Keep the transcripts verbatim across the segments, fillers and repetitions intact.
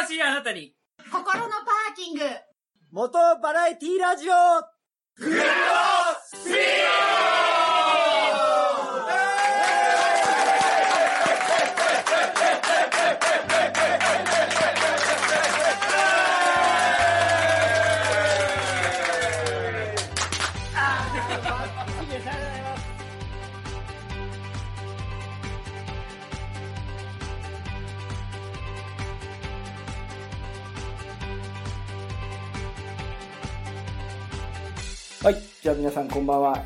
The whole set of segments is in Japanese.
しいあなたに心のパーキング元バラエティラジオグッドスピードはい。じゃあ皆さんこんばんは。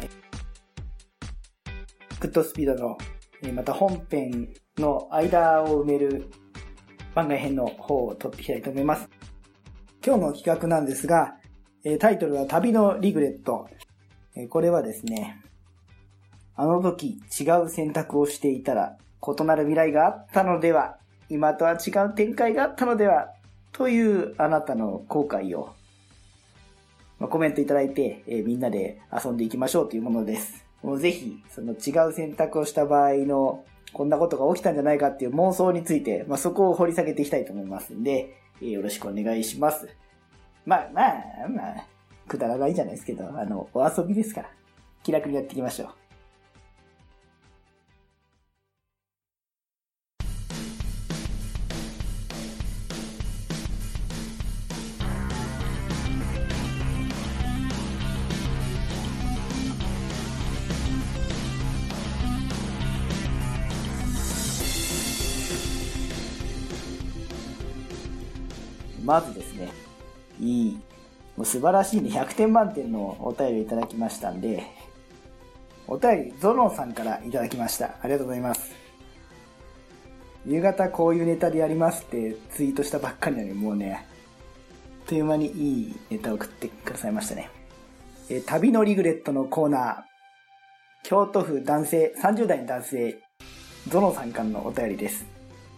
グッドスピードの、また本編の間を埋める番外編の方を撮っていきたいと思います。今日の企画なんですが、タイトルは旅のリグレット。これはですね、あの時違う選択をしていたら異なる未来があったのでは、今とは違う展開があったのでは、というあなたの後悔をコメントいただいて、えー、みんなで遊んでいきましょうというものです。もうぜひ、その違う選択をした場合の、こんなことが起きたんじゃないかっていう妄想について、まあ、そこを掘り下げていきたいと思いますんで、えー、よろしくお願いします。まあまあ、まあ、くだらないじゃないですけど、あの、お遊びですから、気楽にやっていきましょう。まずですね、いい、もう素晴らしいね、ひゃくてん満点のお便りいただきましたんで、お便り、ゾノさんからいただきました。ありがとうございます。夕方こういうネタでやりますってツイートしたばっかりなのに、もうね、あっという間にいいネタを送ってくださいましたね。えー、旅のリグレットのコーナー、京都府男性、さんじゅう代の男性、ゾノさんからのお便りです。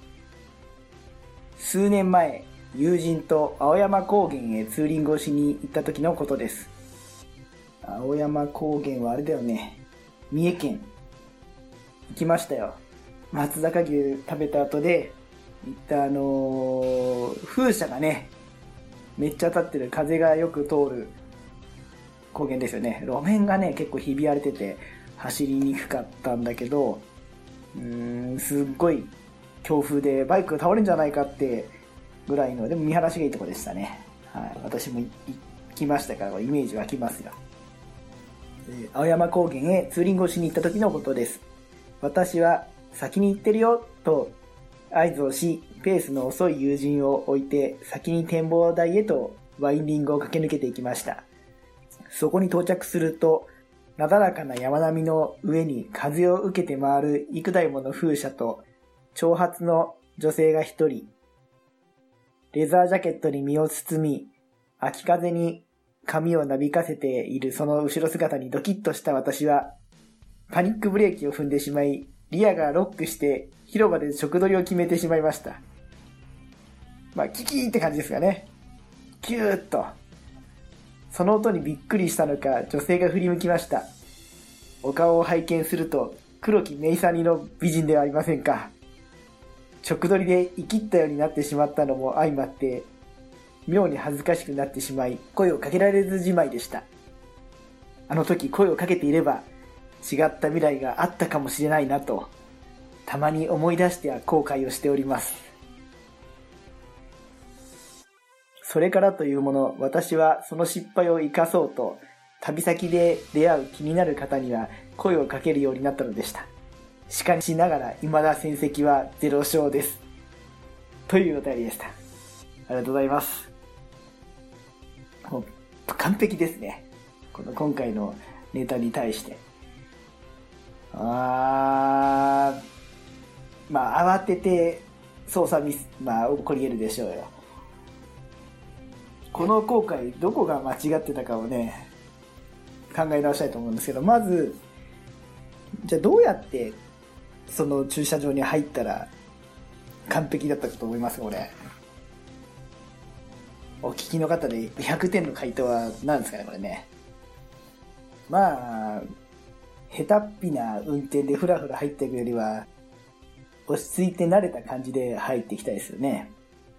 数年前、友人と青山高原へツーリングをしに行った時のことです。青山高原はあれだよね。三重県。行きましたよ。松坂牛食べた後で、行ったあのー、風車がね、めっちゃ当たってる風がよく通る高原ですよね。路面がね、結構ひび割れてて走りにくかったんだけど、うーん、すっごい強風でバイクが倒れるんじゃないかってぐらいの、でも見晴らしがいいとこでしたね。はい。私も行きましたからイメージ湧きますよ。えー、青山高原へツーリングをしに行った時のことです。私は先に行ってるよと合図をし、ペースの遅い友人を置いて先に展望台へとワインディングを駆け抜けていきました。そこに到着すると、なだらかな山並みの上に風を受けて回る幾台もの風車と長髪の女性が一人、レザージャケットに身を包み、秋風に髪をなびかせているその後ろ姿にドキッとした私は、パニックブレーキを踏んでしまい、リアがロックして広場で直取りを決めてしまいました。まあ、キキーって感じですかね。キューッと。その音にびっくりしたのか、女性が振り向きました。お顔を拝見すると、黒木メイサニの美人ではありませんか。直撮りで生きったようになってしまったのも相まって、妙に恥ずかしくなってしまい、声をかけられずじまいでした。あの時声をかけていれば、違った未来があったかもしれないなと、たまに思い出しては後悔をしております。それからというもの、私はその失敗を生かそうと、旅先で出会う気になる方には声をかけるようになったのでした。しかしながら未だ戦績はゼロ勝です。というお便りでした。ありがとうございます。もう完璧ですね。この今回のネタに対して。あー、まあ慌てて操作ミス、まあ起こり得るでしょうよ。この後悔どこが間違ってたかをね、考え直したいと思うんですけど、まず、じゃあどうやってその駐車場に入ったら完璧だったかと思いますこれ。お聞きの方でひゃくてんの回答は何ですかねこれね。まあ下手っぴな運転でフラフラ入っていくよりは落ち着いて慣れた感じで入っていきたいですよね。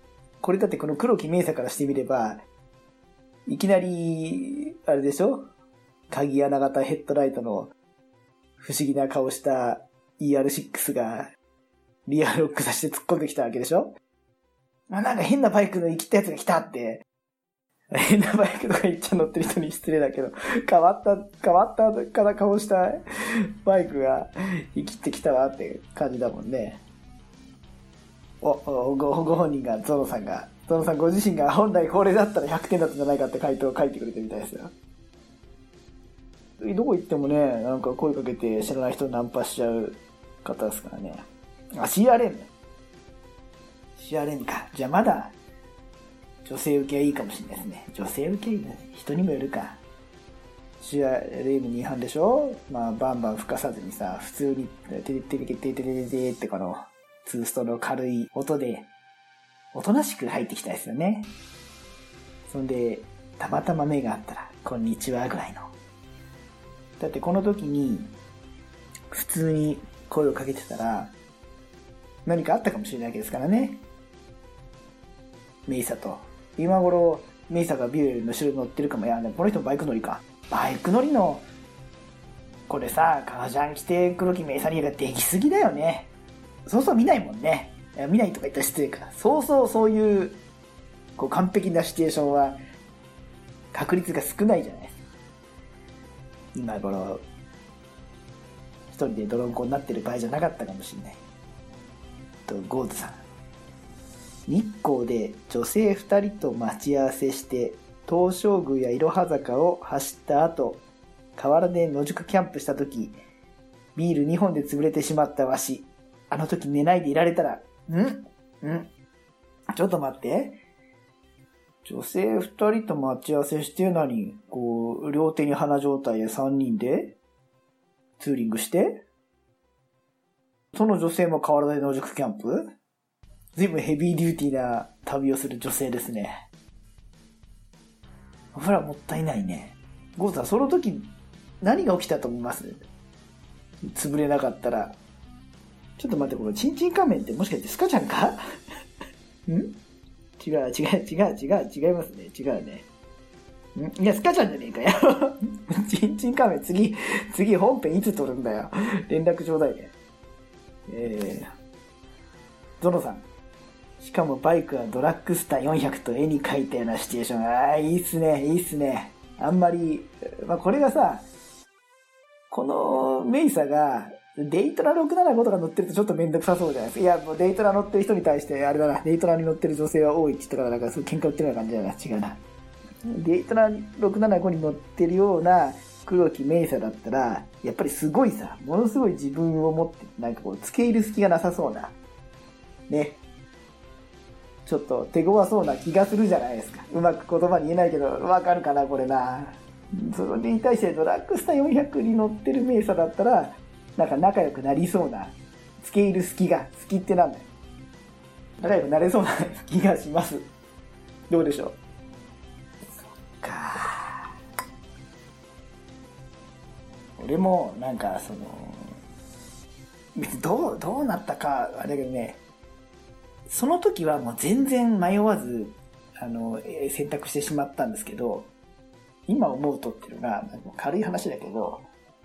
これだってこの黒木メイサからしてみれば、いきなり、あれでしょ？鍵穴型ヘッドライトの不思議な顔した イーアールシックス がリアルロックさせて突っ込んできたわけでしょ？あ、なんか変なバイクの生きったやつが来たって。変なバイクとか言っちゃ乗ってる人に失礼だけど、変わった、変わったから顔したバイクが生きってきたわって感じだもんね。お、おご、ご本人が、ゾノさんが、ゾノさんご自身が本来これだったらひゃくてんだったんじゃないかって回答を書いてくれてみたいですよ。どこ行ってもね、なんか声かけて知らない人ナンパしちゃう方ですからね。あ、シーアールエム シーアールエム か。じゃあまだ、女性受けはいいかもしれないですね。女性受けはいいね。人にもよるか。シーアールエムに違反でしょ？まあ、バンバン吹かさずにさ、普通に、てれてれてれてれてれってこの、ツーストの軽い音で、おとなしく入ってきたですよね。そんで、たまたま目があったら、こんにちはぐらいの。だってこの時に、普通に声をかけてたら、何かあったかもしれないわけですからね。メイサと。今頃、メイサがビューの後ろに乗ってるかも。いや、この人バイク乗りか。バイク乗りの、これさ、革ジャン着て黒木メイサリーができすぎだよね。そうそう見ないもんね。いや見ないとか言ったら失礼か。そうそうそういう、こう完璧なシチュエーションは、確率が少ないじゃないですか。今頃、一人で泥んこになってる場合じゃなかったかもしれない。と、ゴーズさん。日光で女性二人と待ち合わせして、東照宮やいろは坂を走った後、河原で野宿キャンプした時、ビールにほんで潰れてしまったわし。あの時寝ないでいられたら、んんちょっと待って。女性二人と待ち合わせして何こう、両手に花状態で三人でツーリングしてその女性も河原で野宿キャンプ随分ヘビーデューティーな旅をする女性ですね。ほら、もったいないね。ゴーさん、その時何が起きたと思います？潰れなかったら。ちょっと待って、このチンチン仮面ってもしかしてスカちゃんかん違う、違う、違う、違う、違いますね。違うね。んいや、スカちゃんじゃねえかよ。チンチン仮面、次、次本編いつ撮るんだよ。連絡ちょうだいね。えー、ゾノさん。しかもバイクはドラッグスターよんひゃくと絵に描いたようなシチュエーション。ああ、いいっすね、いいっすね。あんまり、まあ、これがさ、このメイサが、デイトラろくななごとか乗ってるとちょっとめんどくさそうじゃないですか。いや、もうデイトラ乗ってる人に対して、あれだな、デイトラに乗ってる女性は多いって言ったから、なんかそう喧嘩売ってるような感じだな。違うな。デイトラろくななごに乗ってるような黒木メイサだったら、やっぱりすごいさ、ものすごい自分を持って、なんかこう、付け入る隙がなさそうな。ね。ちょっと手強そうな気がするじゃないですか。うまく言葉に言えないけど、わかるかな、これな。それに対してドラッグスターよんひゃくに乗ってるメイサだったら、なんか仲良くなりそうな、付け入る隙が、隙ってなんだよ。仲良くなれそうな気がします。どうでしょう。そっか。俺も、なんか、その、別にどう、どうなったか、あれだけどね、その時はもう全然迷わず、あの、選択してしまったんですけど、今思うとっていうのが、軽い話だけど、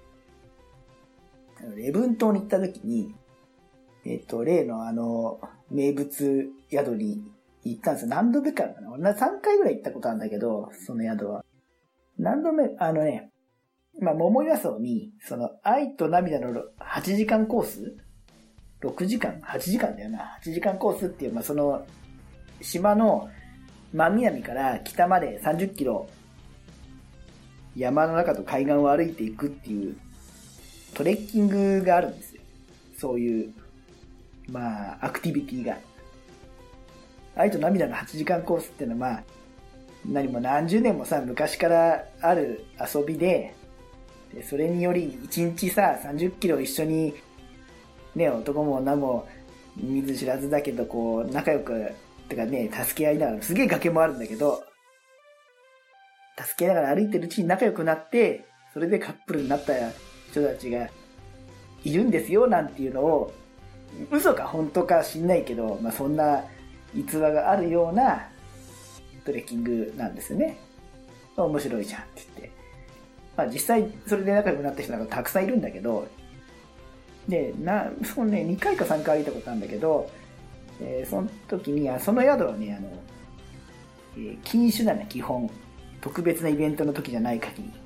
礼文島に行った時に、えっと、例のあの、名物宿に行ったんですよ。何度目かな俺さんかいぐらい行ったことあるんだけど、その宿は。何度目、あのね、まあ、桃屋荘に、その、愛と涙のはちじかんコース ?ろくじかん ?はちじかんだよな。はちじかんコースっていう、まあ、その、島の真南から北までさんじゅっキロ、山の中と海岸を歩いていくっていう、トレッキングがあるんですよ。そういう、まあ、アクティビティが。愛と涙のはちじかんコースっていうのは、まあ、何も何十年もさ、昔からある遊びで、でそれによりいちにちさ、さんじゅっキロ一緒に、ね、男も女も見ず知らずだけど、こう、仲良く、てかね、助け合いながら、すげえ崖もあるんだけど、助けながら歩いてるうちに仲良くなって、それでカップルになった人たちがいるんですよ、なんていうのを、嘘か本当か知んないけど、まあそんな逸話があるようなトレッキングなんですよね。面白いじゃんって言って。まあ実際それで仲良くなった人なんかたくさんいるんだけど、で、な、そうね、にかいかさんかい歩いたことあるんだけど、えー、その時に、その宿はね、あの、えー、禁酒なの、基本。特別なイベントの時じゃない限り。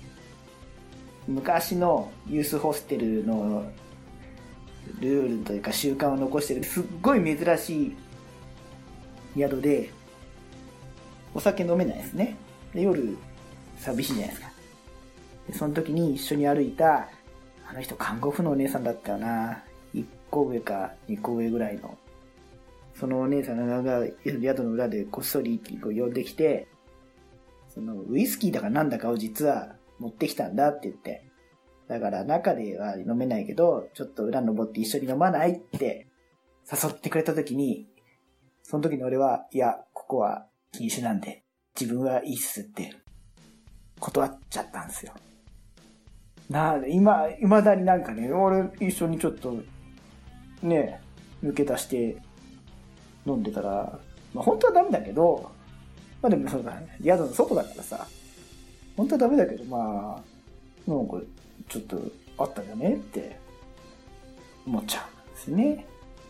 昔のユースホステルのルールというか習慣を残してる、すっごい珍しい宿で、お酒飲めないですね。で、夜、寂しいじゃないですか。で、その時に一緒に歩いた、あの人、看護婦のお姉さんだったよな。いっこ上かにこ上ぐらいの。そのお姉さんが宿の裏でこっそりこう呼んできて、そのウイスキーだかなんだかを実は持ってきたんだって言って。だから中では飲めないけど、ちょっと裏登って一緒に飲まないって誘ってくれた時に、その時に俺は、いや、ここは禁酒なんで、自分はいいっすって断っちゃったんですよ。なあ、今、未だになんかね、俺一緒にちょっと、ね、抜け出して飲んでたら、まあ本当はダメだけど、まあでもそうだね、宿の外だからさ、本当はダメだけど、まあ、なんかちょっとあったんじゃねって思っちゃうんですね。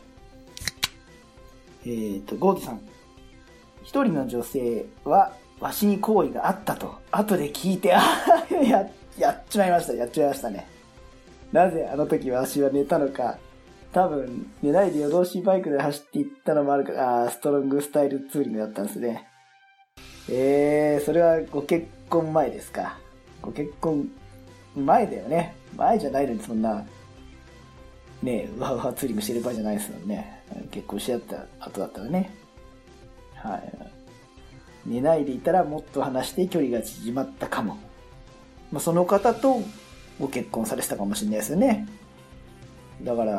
えっと、ゴードさん。一人の女性は、わしに好意があったと、後で聞いて、ああ、や、やっちまいました、やっちまいましたね。なぜあの時わしは寝たのか、多分、寝ないで夜通しバイクで走っていったのもあるから、あストロングスタイルツーリングだったんですね。えー、それはご結婚前ですか。ご結婚前だよね。前じゃないのにそんな、ねえ、わわツーリングしてる場合じゃないですよね。結婚し合った後だったらね。はい。寝ないでいたらもっと話して距離が縮まったかも。まあ、その方とご結婚されてたかもしれないですよね。だから、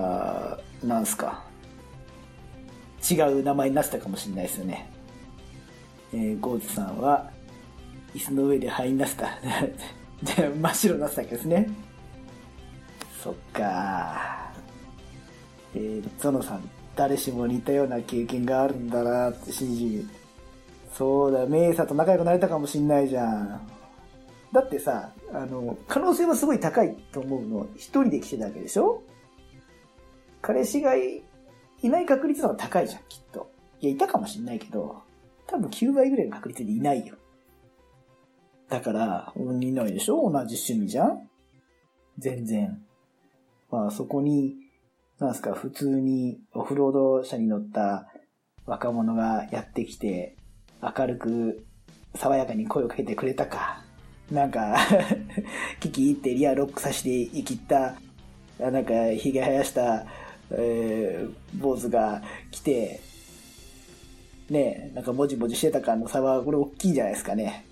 なんすか。違う名前になってたかもしれないですよね。えー、ゴーズさんは、椅子の上で灰になってた。で、真っ白になってたわけですね。そっかー。えー、ゾノさん、誰しも似たような経験があるんだなーって信じ、そうだ、メイサと仲良くなれたかもしんないじゃん。だってさ、あの、可能性はすごい高いと思うの。一人で来てたわけでしょ？彼氏が い, いない確率の方が高いじゃん、きっと。いや、いたかもしんないけど、多分きゅうばいぐらいの確率でいないよ。だから、いないでしょ？同じ趣味じゃん？全然。まあ、そこに、なんすか、普通にオフロード車に乗った若者がやってきて、明るく、爽やかに声をかけてくれたか。なんか、キキってリアロックさせて生きった、なんか、髭生やした、えー、坊主が来て、ねえ、なんかもじもじしてたかの差は、これ大きいんじゃないですかね。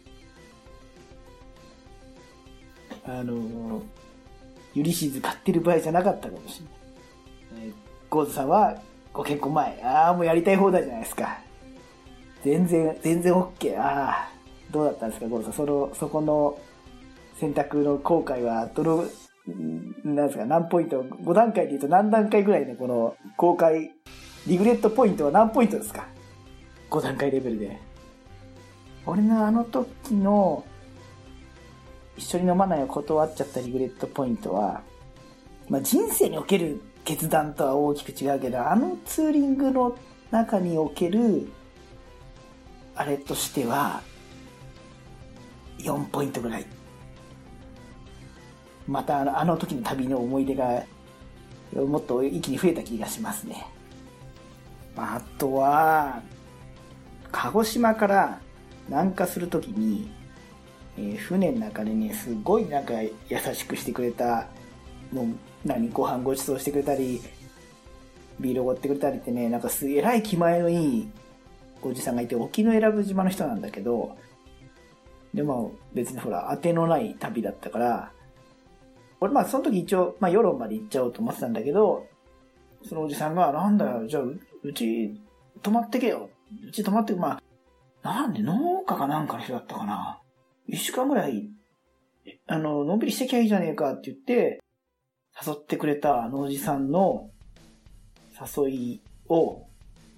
あの、ユリシーズ買ってる場合じゃなかったかもしれない。えー、ゴーズさんは、ご結婚前、ああ、もうやりたい放題じゃないですか。全然、全然 OK。ああ、どうだったんですか、ゴーズさん。その、そこの選択の後悔は、どの、なんですか、何ポイント、ご段階で言うと何段階ぐらいのこの後悔、リグレットポイントは何ポイントですか？ご段階レベルで。俺のあの時の、一緒に飲まないを断っちゃったリグレットポイントは、まあ、人生における決断とは大きく違うけど、あのツーリングの中におけるあれとしてはよんポイントぐらい。またあの、あの時の旅の思い出がもっと一気に増えた気がしますね。あとは鹿児島から南下するときに、えー、船の中でね、すごいなんか優しくしてくれた、もう何、ご飯ご馳走してくれたり、ビールおごってくれたりってね、なんかすえらい気前のいいおじさんがいて、沖永良部島の人なんだけど、でも別にほら、当てのない旅だったから、俺まあその時一応、まあヨロまで行っちゃおうと思ってたんだけど、そのおじさんが、なんだよ、じゃあ、うち泊まってけよ。うち泊まってけ、まあ、なんで農家かなんかの人だったかな。一週間ぐらい、あの、のんびりしてきゃいいじゃねえかって言って、誘ってくれたあのおじさんの誘いを、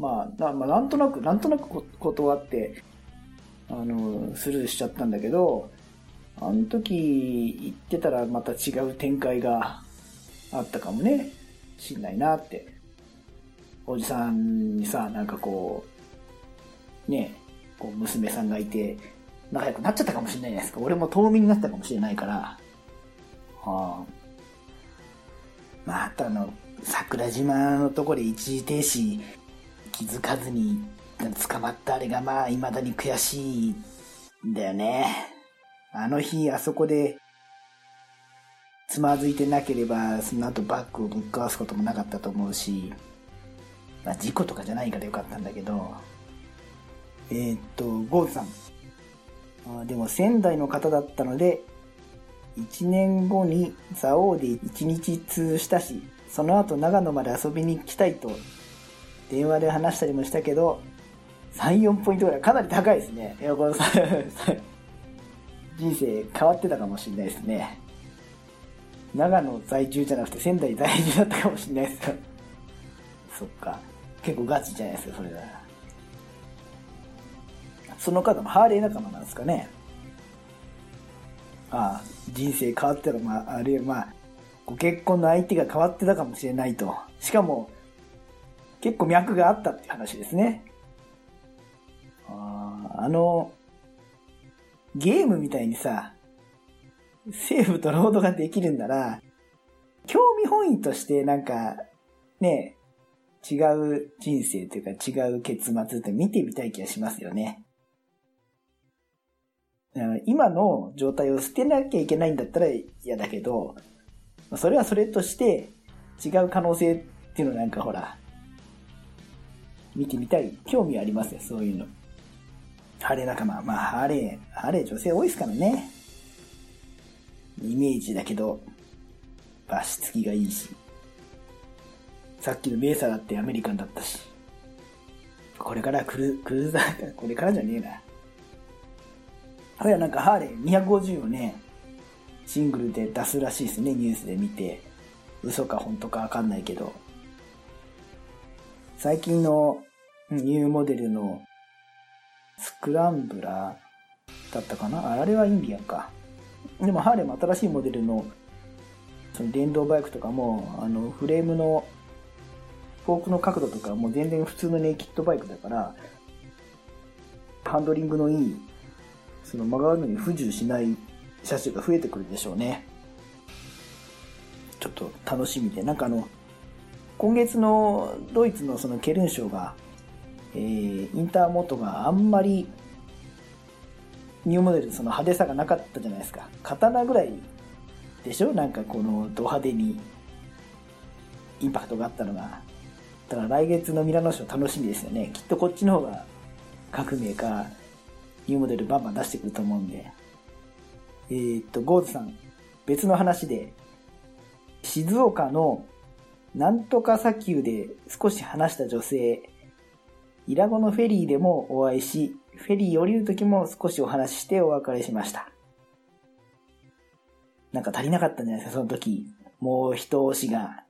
まあ、なまあ、なんとなく、なんとなく断って、あの、スルーしちゃったんだけど、あの時言ってたらまた違う展開があったかもね。しんないなって。おじさんにさ、なんかこう、ね、こう娘さんがいて、仲良くなっちゃったかもしれないじゃないですか。俺も冬眠になったかもしれないから。はあ、まあ、あとあの、桜島のところで一時停止気づかずに捕まったあれがまあ、未だに悔しいんだよね。あの日、あそこで、つまずいてなければ、その後バッグをぶっ壊すこともなかったと思うし、まあ、事故とかじゃないからよかったんだけど、えー、っと、ゴーズさん。あでも仙台の方だったので、いちねんごに蔵王でいちにち通したし、その後長野まで遊びに来たいと、電話で話したりもしたけど、さん、よんポイントぐらいかなり高いですね。いや、このさ、人生変わってたかもしれないですね。長野在住じゃなくて仙台在住だったかもしれないですよ。そっか。結構ガチじゃないですか、それだ。その方もハーレー仲間なんですかね。ああ、人生変わったら、まあ、あるいはまあ、ご結婚の相手が変わってたかもしれないと。しかも、結構脈があったっていう話ですね。ああ、あの、ゲームみたいにさ、セーブとロードができるんなら、興味本位としてなんか、ね、違う人生というか違う結末って見てみたい気がしますよね。今の状態を捨てなきゃいけないんだったら嫌だけど、それはそれとして違う可能性っていうのなんかほら、見てみたい。興味ありますよ、そういうの。ハーレー仲間。まあ、ハーレー、ハーレー女性多いですからね。イメージだけど、バシつきがいいし。さっきのメーサーだってアメリカンだったし。これからクル、クルーザーか、これからじゃねえな。あれはなんかハーレーにひゃくごじゅうをね、シングルで出すらしいですね、ニュースで見て。嘘か本当かわかんないけど。最近のニューモデルのスクランブラーだったかな、あれはインディアンか。でもハーレーも新しいモデルのその電動バイクとかも、あのフレームのフォークの角度とかも全然普通のネイキッドバイクだから、ハンドリングのいい、その曲がるのに不自由しない車種が増えてくるでしょうね。ちょっと楽しみで、なんかあの今月のドイツのそのケルン賞が、えー、インターモートがあんまりニューモデルその派手さがなかったじゃないですか。刀ぐらいでしょ、なんかこのド派手にインパクトがあったのが。だから来月のミラノ賞楽しみですよね。きっとこっちの方が各メーカーニューモデルバンバン出してくると思うんで。えー、っとゴーズさん、別の話で静岡のなんとか砂丘で少し話した女性、伊良湖のフェリーでもお会いし、フェリー降りるときも少しお話ししてお別れしました。なんか足りなかったんじゃないですか、その時。もう一押しが。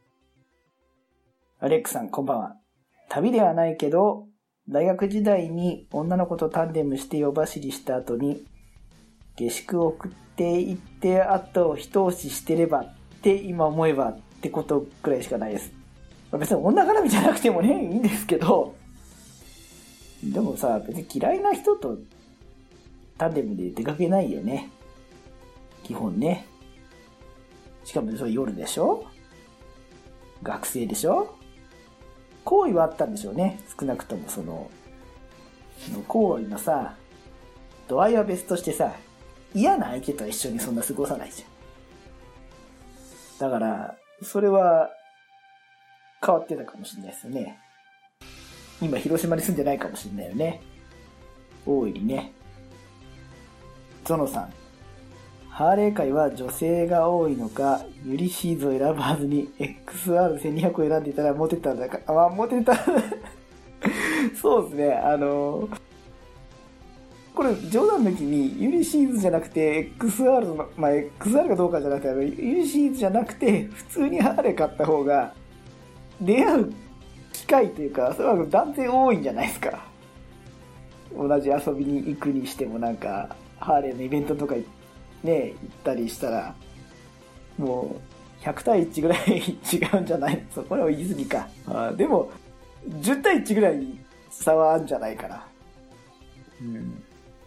アレックさん、こんばんは。旅ではないけど、大学時代に女の子とタンデムして夜走りした後に、下宿を送っていって、あと一押ししてればって今思えばってことくらいしかないです。別に女絡みじゃなくてもね、いいんですけど、でもさ、別に嫌いな人とタンデムで出かけないよね。基本ね。しかもそれ夜でしょ？学生でしょ？行為はあったんでしょうね。少なくともその、その行為のさ、度合いは別としてさ、嫌な相手と一緒にそんな過ごさないじゃん。だから、それは変わってたかもしれないですよね。今広島に住んでないかもしれないよね。大いにね。ゾノさん、ハーレー界は女性が多いのか、ユリシーズを選ばずに エックスアールせんにひゃく を選んでいたらモテたんだか。あ、モテた。そうですね。あの、これ冗談抜きにユリシーズじゃなくて エックスアール の、まあ エックスアール かどうかじゃなくて、あのユリシーズじゃなくて普通にハーレー買った方が出会う機近いというか、それは断然多いんじゃないですか。同じ遊びに行くにしても、なんかハーレーのイベントとかね行ったりしたらもうひゃくたいいちぐらい違うんじゃない？そこは言い過ぎか。あでもじゅうたいいちぐらい差はあるんじゃないかな。うん。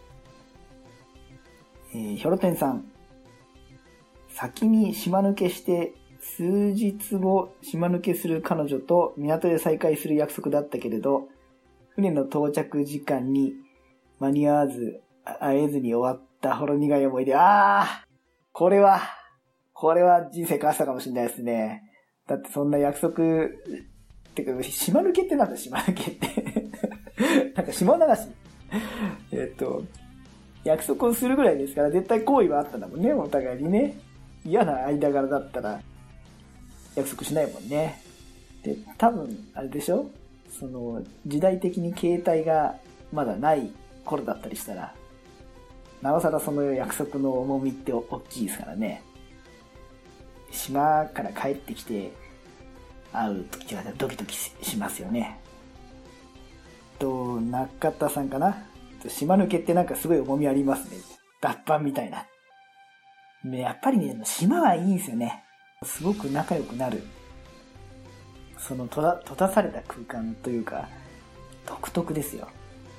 えー、ヒョロテンさん、先に島抜けして数日後島抜けする彼女と港で再会する約束だったけれど、船の到着時間に間に合わず会えずに終わったほろ苦い思い出。ああ、これはこれは人生変わったかもしれないですね。だってそんな約束ってか、島抜けってなんだ島抜けってなんか島流しえっと約束をするぐらいですから絶対好意はあったんだもんね、お互いにね。嫌な間柄だったら約束しないもんね。で、多分あれでしょ、その時代的に携帯がまだない頃だったりしたら、なおさらその約束の重みって大きいですからね。島から帰ってきて会う時はドキドキしますよね。と中田さんかな、島抜けってなんかすごい重みありますね。脱藩みたいな。やっぱりね、島はいいんですよね。すごく仲良くなる。その閉ざ、閉ざされた空間というか独特ですよ。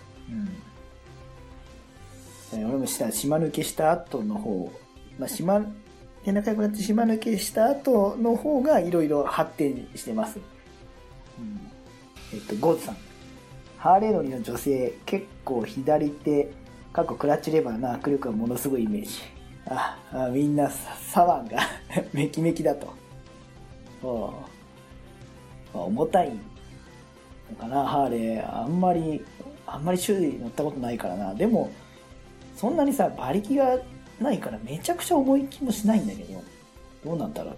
うん。俺もした島抜けした後の方、まあ、島で仲良くなって島抜けした後の方がいろいろ発展してます。うん、えっとゴーズさん、ハーレー乗りの女性、結構左手過去クラッチレバーの握力がものすごいイメージ。ああ、みんなサワンがメキメキだと。ああ、重たいのかな、ハーレー。あんまりあんまり種類乗ったことないからな。でもそんなにさ馬力がないからめちゃくちゃ重い気もしないんだけど、どうなんだろう。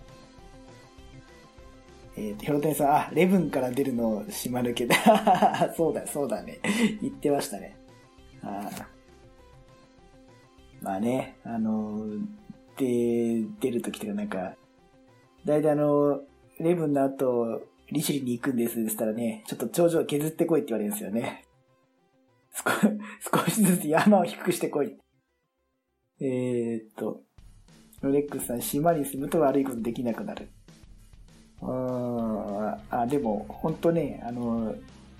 えーと、ヒョロテンさん、あ、レブンから出るの島抜けだ。そうだ、そうだね。言ってましたね。あまあね、あのー、で、出るときとかなんか、だいたいあの、レブンの後、リシュリに行くんですって言ったらね、ちょっと頂上削ってこいって言われるんですよね。少しずつ山を低くしてこい。えーっと、ロレックスさん、島に住むと悪いことできなくなる。うーん、あ、でも、ほんとね、あの、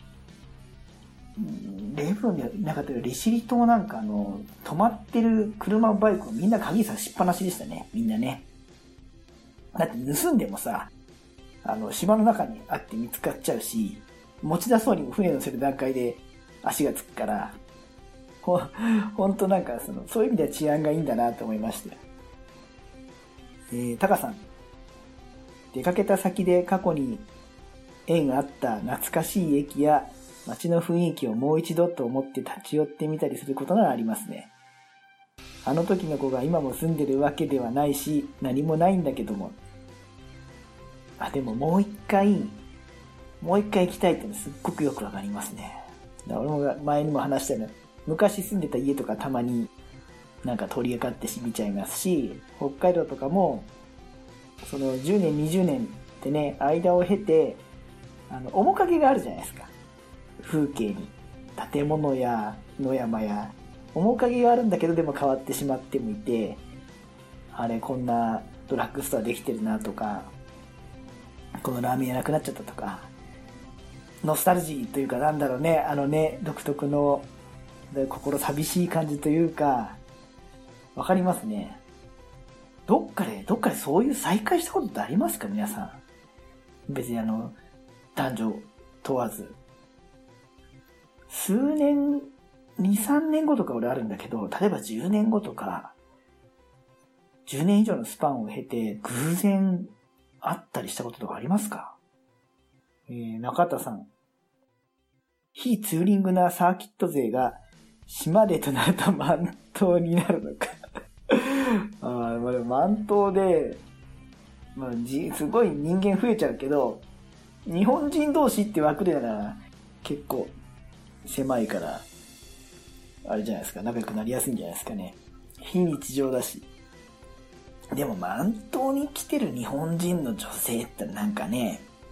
レブンでなかったけど、利尻島なんかあの、止まってる車バイクをみんな鍵差しっぱなしでしたね、みんなね。だって盗んでもさ、あの、島の中にあって見つかっちゃうし、持ち出そうにも船乗せる段階で足がつくから、ほ、ほんとなんかその、そういう意味では治安がいいんだなと思いました。えー、タカさん。出かけた先で過去に縁があった懐かしい駅や街の雰囲気をもう一度と思って立ち寄ってみたりすることがありますね。あの時の子が今も住んでるわけではないし、何もないんだけども。あ、でももう一回、もう一回行きたいってのすっごくよくわかりますね。だから俺も前にも話したように、昔住んでた家とかたまになんか通りがかって見ちゃいますし、北海道とかも、そのじゅうねん、にじゅうねんってね、間を経て、あの、面影があるじゃないですか。風景に。建物や野山や、面影があるんだけどでも変わってしまってもいて、あれ、こんなドラッグストアできてるなとか、このラーメン屋なくなっちゃったとか、ノスタルジーというかなんだろうね、あのね、独特の心寂しい感じというか、わかりますね。どっかで、どっかでそういう再会したことってありますか皆さん。別にあの、男女問わず。数年、に、さんねんごとか俺あるんだけど、例えばじゅうねんごとか、じゅうねん以上のスパンを経て偶然会ったりしたこととかありますか？えー、中田さん。非ツーリングなサーキット勢が島でとなると満島になるのか。ああ、まあ、満島で、まあ、じ、すごい人間増えちゃうけど、日本人同士って枠でなら結構狭いから、あれじゃないですか、仲良くなりやすいんじゃないですかね。非日常だし。でも満島に来てる日本人の女性ってなんかね、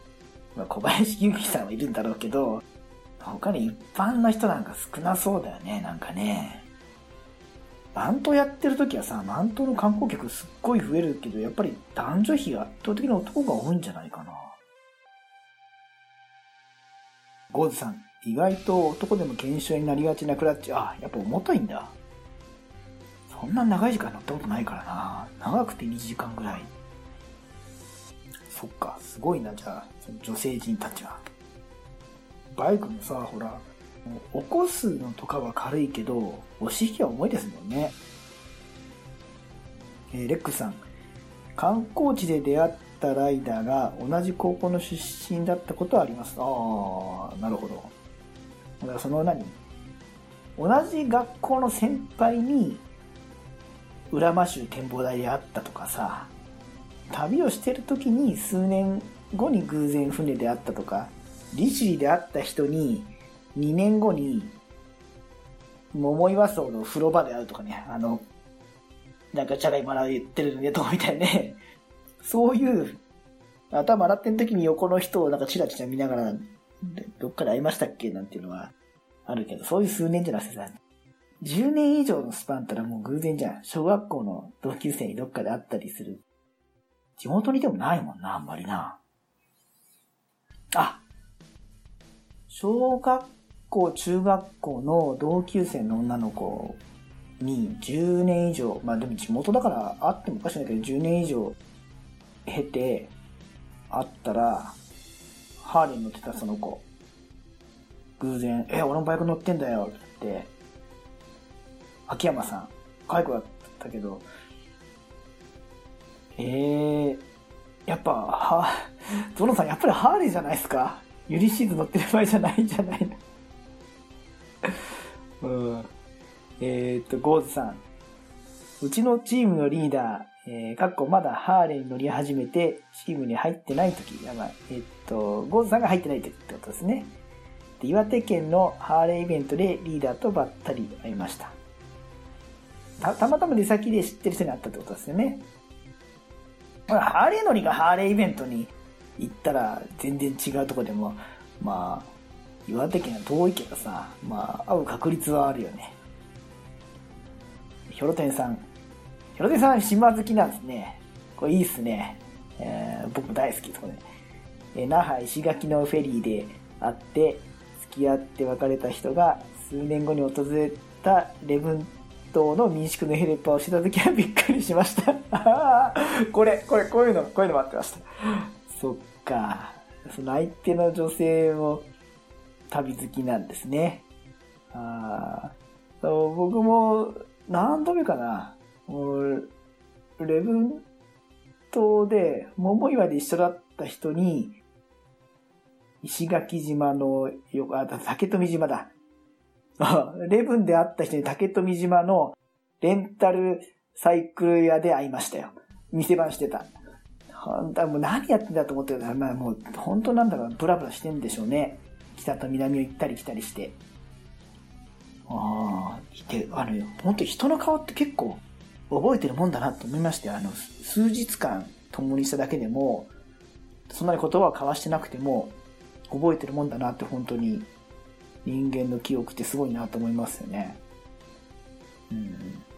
まあ、小林祐希さんはいるんだろうけど、他に一般の人なんか少なそうだよね、なんかね。番頭やってる時はさ、番頭の観光客すっごい増えるけど、やっぱり男女比が圧倒的に男が多いんじゃないかな。ゴーズさん、意外と男でも研修になりがちなクラッチ、あ、やっぱ重たいんだ。そんな長い時間乗ったことないからな。長くてにじかんぐらい。そっか、すごいな、じゃあ、その女性陣たちは。バイクもさ、ほら、起こすのとかは軽いけど、押し引きは重いですもんね。えー、レックさん、観光地で出会ったライダーが同じ高校の出身だったことはあります。ああ、なるほど。だからその何同じ学校の先輩に浦間州展望台で会ったとかさ、旅をしてる時に数年後に偶然船で会ったとか、利尻で会った人ににねんごに桃岩荘の風呂場で会うとかね、あのなんかチャラいマラ言ってるねとかみたいなね、そういう頭洗ってる時に横の人をなんかチラチラ見ながらどっかで会いましたっけなんていうのはあるけど、そういう数年じゃなくてさ、じゅうねん以上のスパンったらもう偶然じゃん。小学校の同級生にどっかで会ったりする。地元にでもないもんな、あんまりな。あ、小学校、中学校の同級生の女の子にじゅうねん以上、まあでも地元だから会ってもおかしくないけど、じゅうねん以上経て会ったら、ハーレーに乗ってたその子。偶然、え、俺もバイク乗ってんだよって、秋山さん、若い子だったけど、えー、やっぱ、は、ゾノさん、やっぱりハーレーじゃないですか？ユリシーズ乗ってる場合じゃないんじゃないのうん。えーっと、ゴーズさん。うちのチームのリーダー、えー、かっこまだハーレーに乗り始めて、チームに入ってないとき、やばい。えーっと、ゴーズさんが入ってないときってことですね。で、岩手県のハーレーイベントでリーダーとばったり会いました。た、たまたま出先で知ってる人に会ったってことですよね。ハーレー乗りがハーレーイベントに行ったら全然違うとこでも、まあ、岩手県は遠いけどさ、まあ、会う確率はあるよね。ヒョロテンさん。ヒョロテンさん島好きなんですね。これいいっすね。えー、僕も大好きです、これ。えー、那覇石垣のフェリーで会って、付き合って別れた人が数年後に訪れたレブン島の民宿のヘルパーをしたときはびっくりしました。これ、これ、こういうの、こういうの待ってました。そっか。その相手の女性も旅好きなんですね。あそう僕も何度目かな。もうレブン島で桃岩で一緒だった人に、石垣島のよ、あ、竹富島だ。レブンで会った人に竹富島のレンタルサイクル屋で会いましたよ。店番してた。本当はもう何やってんだと思ってるから、まあもう本当なんだろう、ブラブラしてんでしょうね。北と南を行ったり来たりして。ああ、いて、あの、本当人の顔って結構覚えてるもんだなと思いましたよ。あの、数日間共にしただけでも、そんなに言葉を交わしてなくても、覚えてるもんだなって本当に、人間の記憶ってすごいなと思いますよね。うん。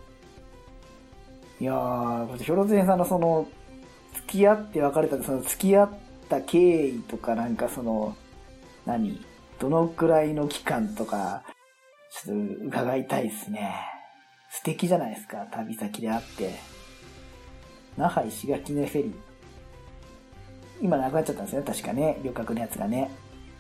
いやー、ヒョロゼンさんのその、付き合って別れた、その付き合った経緯とかなんかその、何どのくらいの期間とか、ちょっと伺いたいですね。素敵じゃないですか、旅先で会って。那覇石垣のフェリー。今なくなっちゃったんですよね、確かね。旅客のやつがね。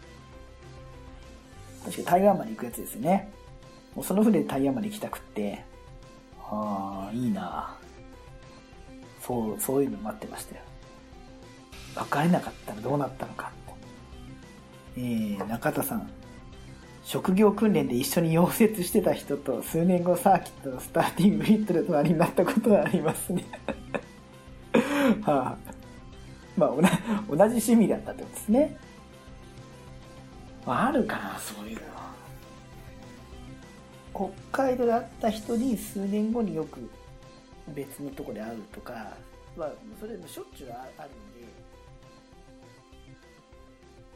確か台湾まで行くやつですよね。もうその船で台湾まで行きたくって。ああ、いいな。そう、そういうの待ってましたよ。別れなかったらどうなったのかって。えー、中田さん。職業訓練で一緒に溶接してた人と数年後サーキットのスターティングヒットで隣になったことがありますね。はあ、まあ同じ趣味だったってことですね。あるかな、そういうの。北海道で会った人に数年後によく別のとこで会うとか、まあそれでもしょっちゅうあるんで、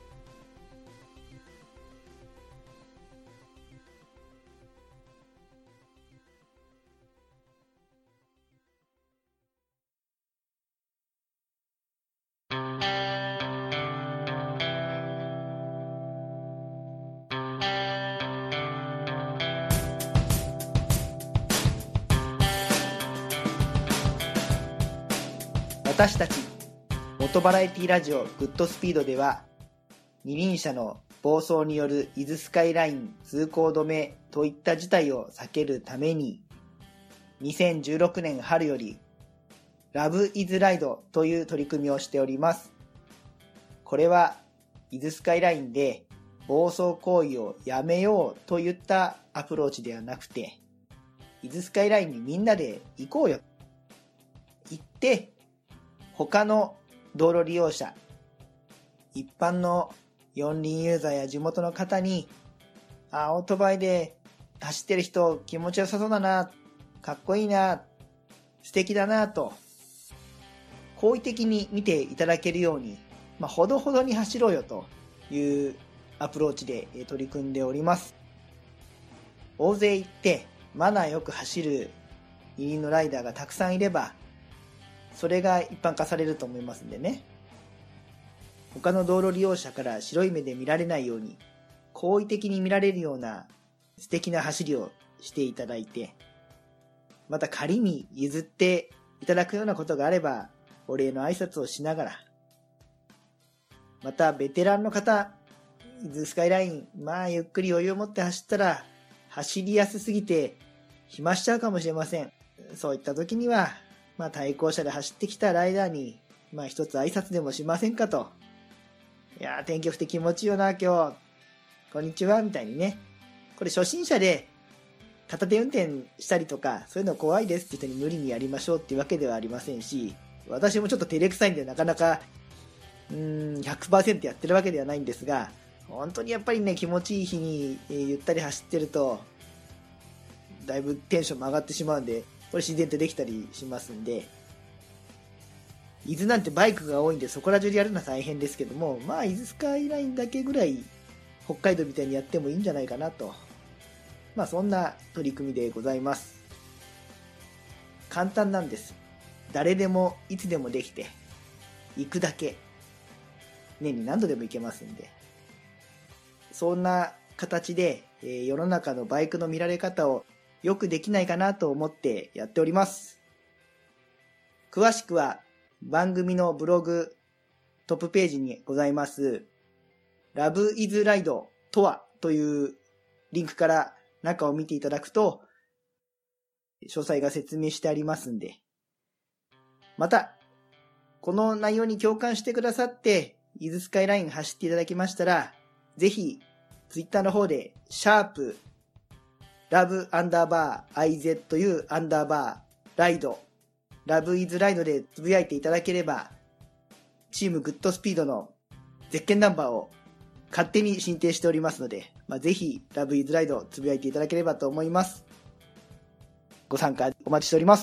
私たち元バラエティラジオグッドスピードでは、二輪車の暴走による伊豆スカイライン通行止めといった事態を避けるために、にせんじゅうろくねん春よりラブイズライドという取り組みをしております。これは伊豆スカイラインで暴走行為をやめようといったアプローチではなくて、伊豆スカイラインにみんなで行こうよ。行って他の道路利用者、一般の四輪ユーザーや地元の方に、あ、オートバイで走ってる人気持ちよさそうだな、かっこいいな、素敵だなと好意的に見ていただけるように、まあ、ほどほどに走ろうよというアプローチで取り組んでおります。大勢行ってマナーよく走る二輪のライダーがたくさんいれば、それが一般化されると思いますんでね。他の道路利用者から白い目で見られないように、好意的に見られるような素敵な走りをしていただいて、また仮に譲っていただくようなことがあれば、お礼の挨拶をしながら、またベテランの方、伊豆スカイライン、まあゆっくり余裕を持って走ったら、走りやすすぎて暇しちゃうかもしれません。そういった時には、まあ対向車で走ってきたライダーに、まあ一つ挨拶でもしませんかと。いやー天気良くて気持ちいいよな今日、こんにちはみたいにね。これ初心者で片手運転したりとかそういうの怖いですって人に無理にやりましょうっていうわけではありませんし、私もちょっと照れくさいんでなかなかうーん ひゃくパーセント やってるわけではないんですが、本当にやっぱりね気持ちいい日に、えー、ゆったり走ってるとだいぶテンションも上がってしまうんで、これ自然とできたりしますんで、伊豆なんてバイクが多いんでそこら中でやるのは大変ですけども、まあ伊豆スカイラインだけぐらい北海道みたいにやってもいいんじゃないかなと、まあそんな取り組みでございます。簡単なんです。誰でもいつでもできて、行くだけ年に何度でも行けますんで、そんな形で、えー、世の中のバイクの見られ方をよくできないかなと思ってやっております。詳しくは番組のブログトップページにございますラブイズライドとはというリンクから中を見ていただくと詳細が説明してありますんで、またこの内容に共感してくださって伊豆スカイライン走っていただきましたら、ぜひツイッターの方でシャープラブアンダーバー アイゼットユー アンダーバーライドラブイズライドでつぶやいていただければ、チームグッドスピードのゼッケンナンバーを勝手に申請しておりますので、まあ、ぜひラブイズライドつぶやいていただければと思います。ご参加お待ちしております。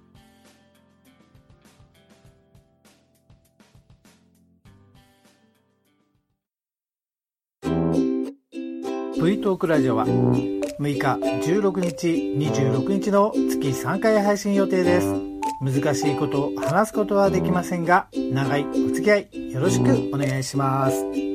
V トークラジオはむいかじゅうろくにちにじゅうろくにちの月さんかい配信予定です。難しいことを話すことはできませんが、長いお付き合いよろしくお願いします。